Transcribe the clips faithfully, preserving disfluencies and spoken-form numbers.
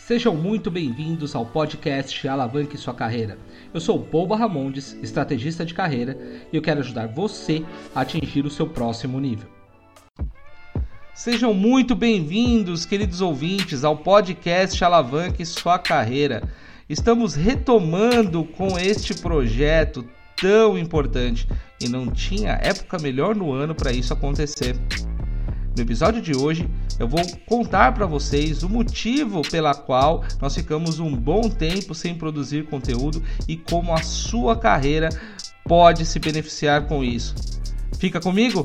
Sejam muito bem-vindos ao podcast Alavanque Sua Carreira. Eu sou o Paul Barramondes, estrategista de carreira, e eu quero ajudar você a atingir o seu próximo nível. Sejam muito bem-vindos, queridos ouvintes, ao podcast Alavanque Sua Carreira. Estamos retomando com este projeto tão importante e não tinha época melhor no ano para isso acontecer. No episódio de hoje, eu vou contar para vocês o motivo pela qual nós ficamos um bom tempo sem produzir conteúdo e como a sua carreira pode se beneficiar com isso. Fica comigo?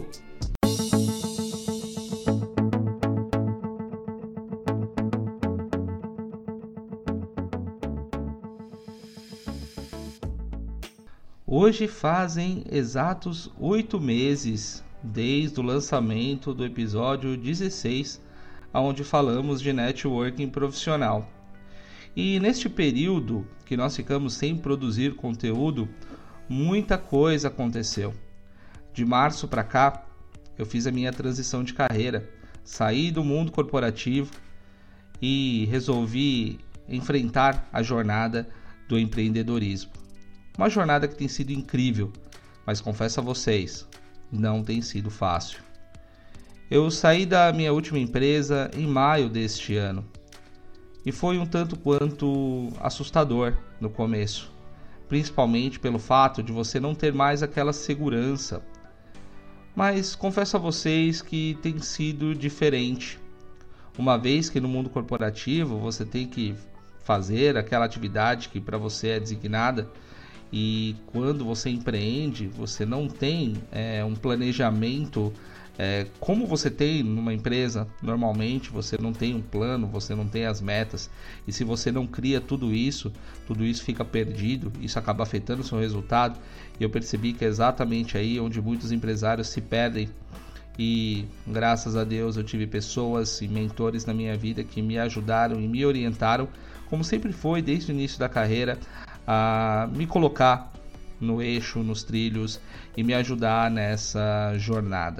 Hoje fazem exatos oito meses desde o lançamento do episódio dezesseis, onde falamos de networking profissional. E neste período que nós ficamos sem produzir conteúdo, muita coisa aconteceu. De março para cá, eu fiz a minha transição de carreira, saí do mundo corporativo e resolvi enfrentar a jornada do empreendedorismo. Uma jornada que tem sido incrível, mas confesso a vocês, não tem sido fácil. Eu saí da minha última empresa em maio deste ano e foi um tanto quanto assustador no começo, principalmente pelo fato de você não ter mais aquela segurança. Mas confesso a vocês que tem sido diferente, uma vez que no mundo corporativo você tem que fazer aquela atividade que para você é designada. E quando você empreende, você não tem é, um planejamento é, como você tem numa empresa. Normalmente você não tem um plano, você não tem as metas. E se você não cria tudo isso, tudo isso fica perdido, isso acaba afetando o seu resultado. E eu percebi que é exatamente aí onde muitos empresários se perdem. E graças a Deus eu tive pessoas e mentores na minha vida que me ajudaram e me orientaram, como sempre foi desde o início da carreira, a me colocar no eixo, nos trilhos e me ajudar nessa jornada.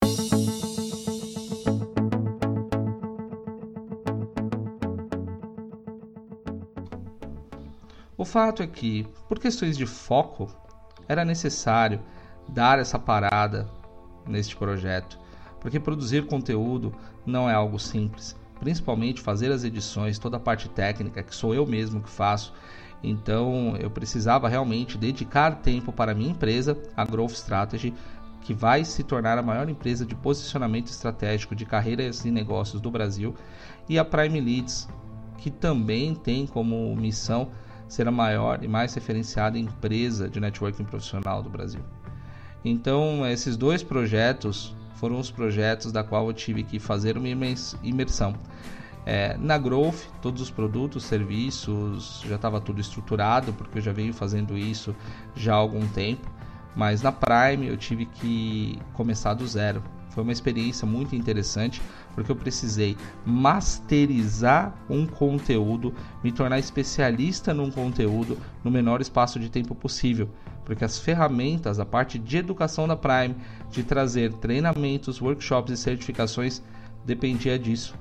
O fato é que, por questões de foco, era necessário dar essa parada neste projeto, porque produzir conteúdo não é algo simples, principalmente fazer as edições, toda a parte técnica, que sou eu mesmo que faço. Então eu precisava realmente dedicar tempo para a minha empresa, a Growth Strategy, que vai se tornar a maior empresa de posicionamento estratégico de carreiras e negócios do Brasil, e a Prime Leads, que também tem como missão ser a maior e mais referenciada empresa de networking profissional do Brasil. Então esses dois projetos foram os projetos da qual eu tive que fazer uma imersão. É, na Growth, todos os produtos, serviços, já estava tudo estruturado, porque eu já venho fazendo isso já há algum tempo, mas na Prime eu tive que começar do zero. Foi uma experiência muito interessante, porque eu precisei masterizar um conteúdo, me tornar especialista num conteúdo no menor espaço de tempo possível, porque as ferramentas, a parte de educação da Prime, de trazer treinamentos, workshops e certificações, dependia disso.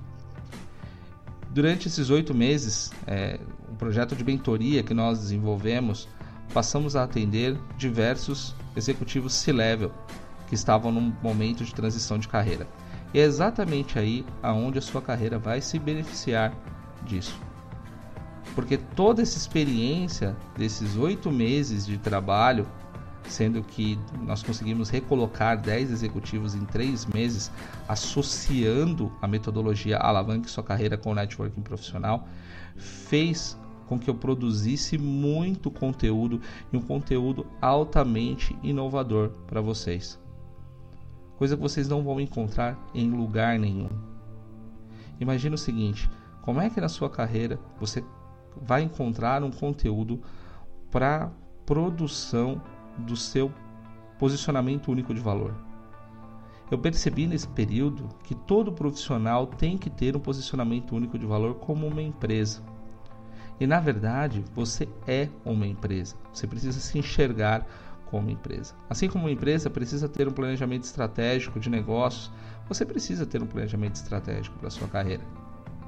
Durante esses oito meses, é, o projeto de mentoria que nós desenvolvemos, passamos a atender diversos executivos C-Level que estavam num momento de transição de carreira. E é exatamente aí aonde a sua carreira vai se beneficiar disso. Porque toda essa experiência desses oito meses de trabalho, sendo que nós conseguimos recolocar dez executivos em três meses, associando a metodologia Alavanque Sua Carreira com o networking profissional, fez com que eu produzisse muito conteúdo e um conteúdo altamente inovador para vocês. Coisa que vocês não vão encontrar em lugar nenhum. Imagina o seguinte, como é que na sua carreira você vai encontrar um conteúdo para produção do seu posicionamento único de valor? Eu percebi nesse período que todo profissional tem que ter um posicionamento único de valor como uma empresa. E na verdade, você é uma empresa. Você precisa se enxergar como empresa. Assim como uma empresa precisa ter um planejamento estratégico de negócios, você precisa ter um planejamento estratégico para a sua carreira.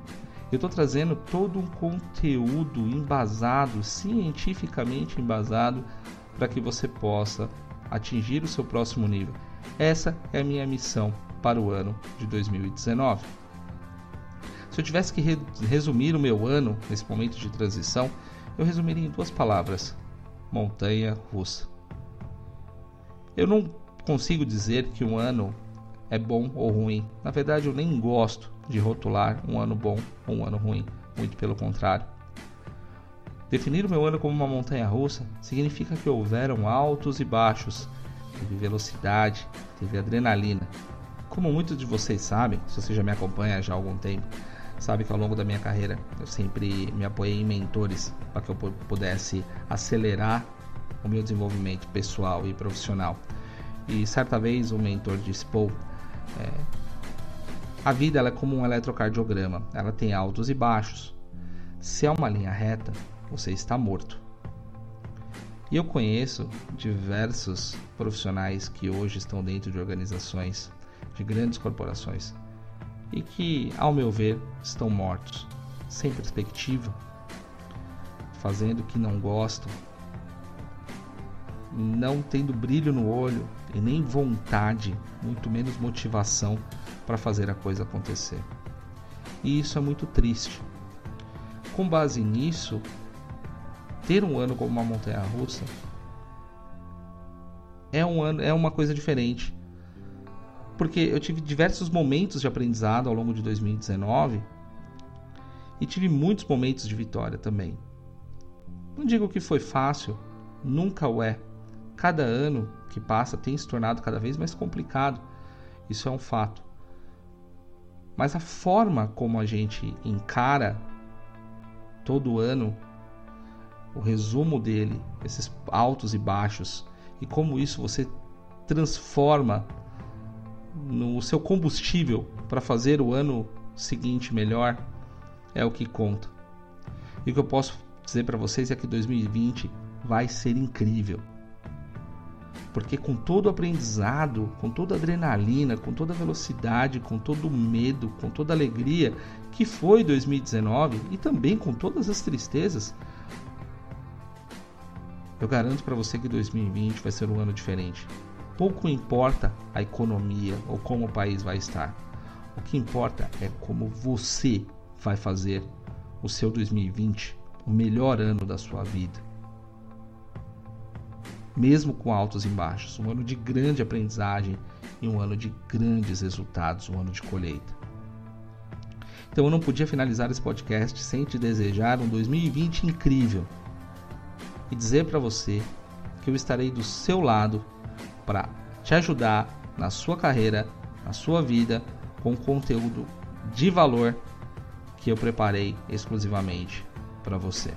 Eu estou trazendo todo um conteúdo embasado, cientificamente embasado, para que você possa atingir o seu próximo nível. Essa é a minha missão para o ano de dois mil e dezenove. Se eu tivesse que re- resumir o meu ano nesse momento de transição, eu resumiria em duas palavras: montanha russa. Eu não consigo dizer que um ano é bom ou ruim. Na verdade, eu nem gosto de rotular um ano bom ou um ano ruim. Muito pelo contrário. Definir o meu ano como uma montanha russa significa que houveram altos e baixos. Teve velocidade, teve adrenalina. Como muitos de vocês sabem, se você já me acompanha já há algum tempo, sabe que ao longo da minha carreira eu sempre me apoiei em mentores para que eu pudesse acelerar o meu desenvolvimento pessoal e profissional. E certa vez o mentor disse: pô, é, a vida ela é como um eletrocardiograma, ela tem altos e baixos. Se é uma linha reta, você está morto. E eu conheço diversos profissionais que hoje estão dentro de organizações, de grandes corporações, e que, ao meu ver, estão mortos, sem perspectiva, fazendo o que não gostam, não tendo brilho no olho e nem vontade, muito menos motivação para fazer a coisa acontecer. E isso é muito triste. Com base nisso, ter um ano como uma montanha-russa é um ano, é uma coisa diferente. Porque eu tive diversos momentos de aprendizado ao longo de dois mil e dezenove e tive muitos momentos de vitória também. Não digo que foi fácil, nunca o é. Cada ano que passa tem se tornado cada vez mais complicado. Isso é um fato. Mas a forma como a gente encara todo ano, o resumo dele, esses altos e baixos, e como isso você transforma no seu combustível para fazer o ano seguinte melhor, é o que conta. E o que eu posso dizer para vocês é que dois mil e vinte vai ser incrível. Porque com todo o aprendizado, com toda a adrenalina, com toda a velocidade, com todo o medo, com toda a alegria que foi dois mil e dezenove e também com todas as tristezas, eu garanto para você que dois mil e vinte vai ser um ano diferente. Pouco importa a economia ou como o país vai estar. O que importa é como você vai fazer o seu dois mil e vinte o melhor ano da sua vida. Mesmo com altos e baixos, um ano de grande aprendizagem e um ano de grandes resultados, um ano de colheita. Então eu não podia finalizar esse podcast sem te desejar um dois mil e vinte incrível e dizer para você que eu estarei do seu lado para te ajudar na sua carreira, na sua vida, com conteúdo de valor que eu preparei exclusivamente para você.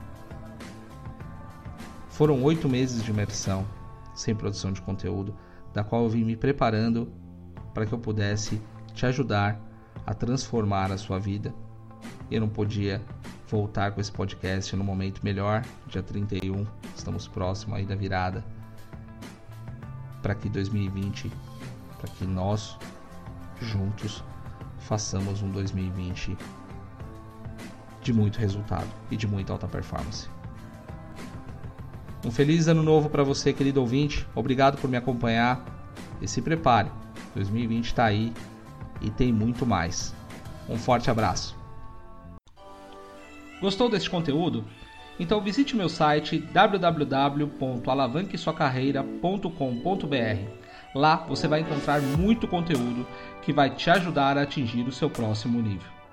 Foram oito meses de imersão sem produção de conteúdo, da qual eu vim me preparando para que eu pudesse te ajudar a transformar a sua vida. Eu não podia voltar com esse podcast no momento melhor, dia trinta e um, estamos próximos aí da virada, para que dois mil e vinte, para que nós juntos façamos um dois mil e vinte de muito resultado e de muita alta performance. Um feliz ano novo para você, querido ouvinte. Obrigado por me acompanhar e se prepare. dois mil e vinte está aí e tem muito mais. Um forte abraço. Gostou deste conteúdo? Então visite o meu site w w w ponto alavanque sua carreira ponto com ponto b r. Lá você vai encontrar muito conteúdo que vai te ajudar a atingir o seu próximo nível.